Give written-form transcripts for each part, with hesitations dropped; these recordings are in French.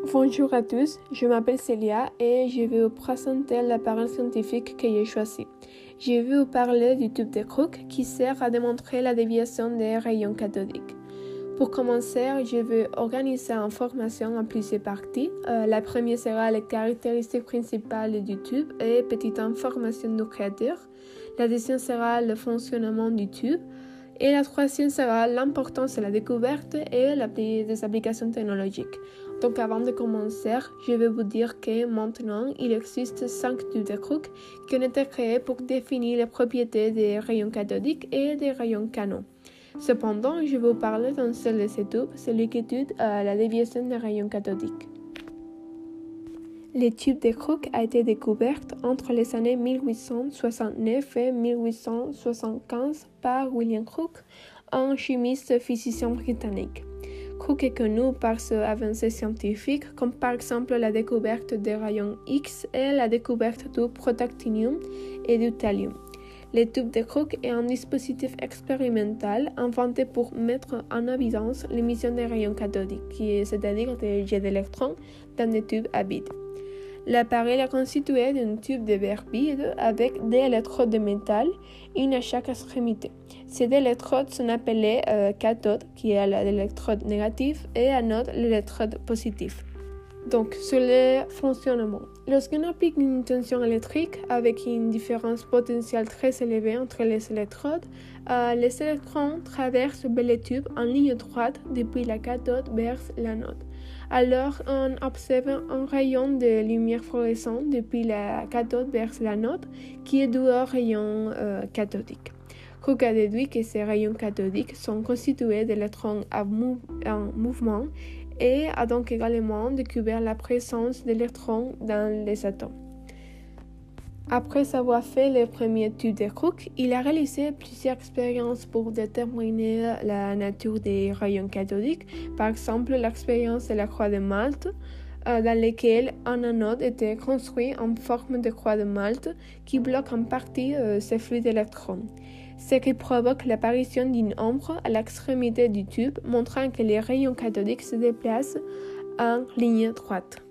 Bonjour à tous, je m'appelle Célia et je vais vous présenter l'appareil scientifique que j'ai choisi. Je vais vous parler du tube de Crookes qui sert à démontrer la déviation des rayons cathodiques. Pour commencer, je vais organiser l'information en plusieurs parties. La première sera les caractéristiques principales du tube et petite information du créateur. La deuxième sera le fonctionnement du tube. Et la troisième sera l'importance de la découverte et des applications technologiques. Donc avant de commencer, je vais vous dire que maintenant, il existe 5 tubes de Crookes qui ont été créés pour définir les propriétés des rayons cathodiques et des rayons canons. Cependant, je vais vous parler d'un seul de ces tubes, celui qui étudie la déviation des rayons cathodiques. Le tube de Crookes a été découvert entre les années 1869 et 1875 par William Crookes, un chimiste physicien britannique. Crookes est connu par ses avancées scientifiques, comme par exemple la découverte des rayons X et la découverte du protactinium et du thallium. Le tube de Crookes est un dispositif expérimental inventé pour mettre en évidence l'émission des rayons cathodiques, c'est-à-dire des jets d'électrons dans des tubes à vide. L'appareil est constitué d'un tube de verre vide avec des électrodes de métal, une à chaque extrémité. Ces deux électrodes sont appelées cathode, qui est l'électrode négative, et anode, l'électrode positive. Donc, sur le fonctionnement. Lorsqu'on applique une tension électrique avec une différence potentielle très élevée entre les électrodes, les électrons traversent le tube en ligne droite depuis la cathode vers l'anode. Alors, on observe un rayon de lumière fluorescente depuis la cathode vers l'anode, qui est dû au rayon cathodique. Crookes a déduit que ces rayons cathodiques sont constitués d'électrons en mouvement et a donc également découvert la présence d'électrons dans les atomes. Après avoir fait le premier tube de Crookes, il a réalisé plusieurs expériences pour déterminer la nature des rayons cathodiques, par exemple l'expérience de la croix de Malte, dans laquelle un anode était construit en forme de croix de Malte qui bloque en partie ce flux d'électrons, ce qui provoque l'apparition d'une ombre à l'extrémité du tube, montrant que les rayons cathodiques se déplacent en ligne droite.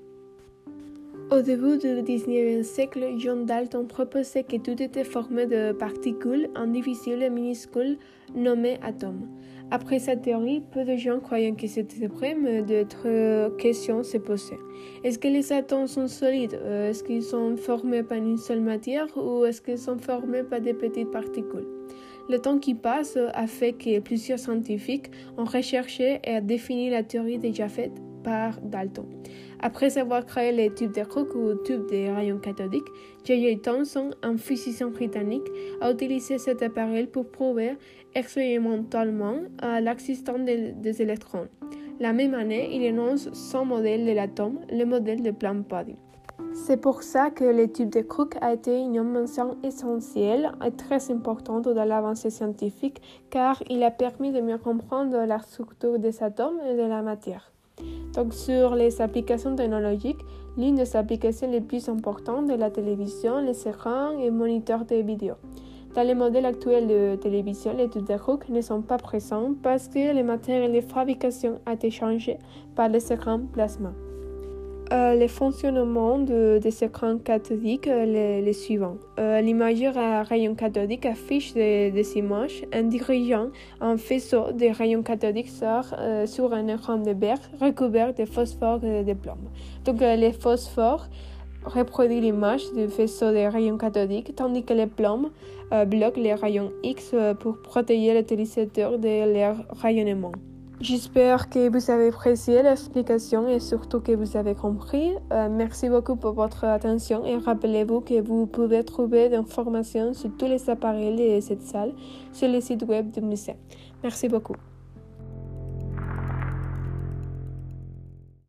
Au début du XIXe siècle, John Dalton proposait que tout était formé de particules indivisibles et minuscules nommées atomes. Après sa théorie, peu de gens croyaient que c'était vrai, mais d'autres questions se posaient. Est-ce que les atomes sont solides? Est-ce qu'ils sont formés par une seule matière ou est-ce qu'ils sont formés par des petites particules? Le temps qui passe a fait que plusieurs scientifiques ont recherché et défini la théorie déjà faite par Dalton. Après avoir créé les tubes de Crookes ou tubes de rayons cathodiques, J.J. Thomson, un physicien britannique, a utilisé cet appareil pour prouver expérimentalement l'existence des électrons. La même année, il énonce son modèle de l'atome, le modèle de Black-Body. C'est pour ça que le tube de Crookes a été une invention essentielle et très importante dans l'avancée scientifique car il a permis de mieux comprendre la structure des atomes et de la matière. Donc, sur les applications technologiques, l'une des applications les plus importantes est la télévision, les écrans et moniteurs de vidéo. Dans les modèles actuels de télévision, les tubes de Crookes ne sont pas présents parce que le matériel de fabrication a été changé par les écrans plasma. Le fonctionnement des écrans cathodiques est le suivant. L'imageur à rayons cathodiques affiche des images en dirigeant un faisceau de rayons cathodiques sur un écran de verre recouvert de phosphore et de plomb. Donc, le phosphore reproduit l'image du faisceau de rayons cathodiques, tandis que le plomb bloque les rayons X pour protéger l'utilisateur de leur rayonnement. J'espère que vous avez apprécié l'explication et surtout que vous avez compris. Merci beaucoup pour votre attention et rappelez-vous que vous pouvez trouver des informations sur tous les appareils de cette salle sur le site web du musée. Merci beaucoup.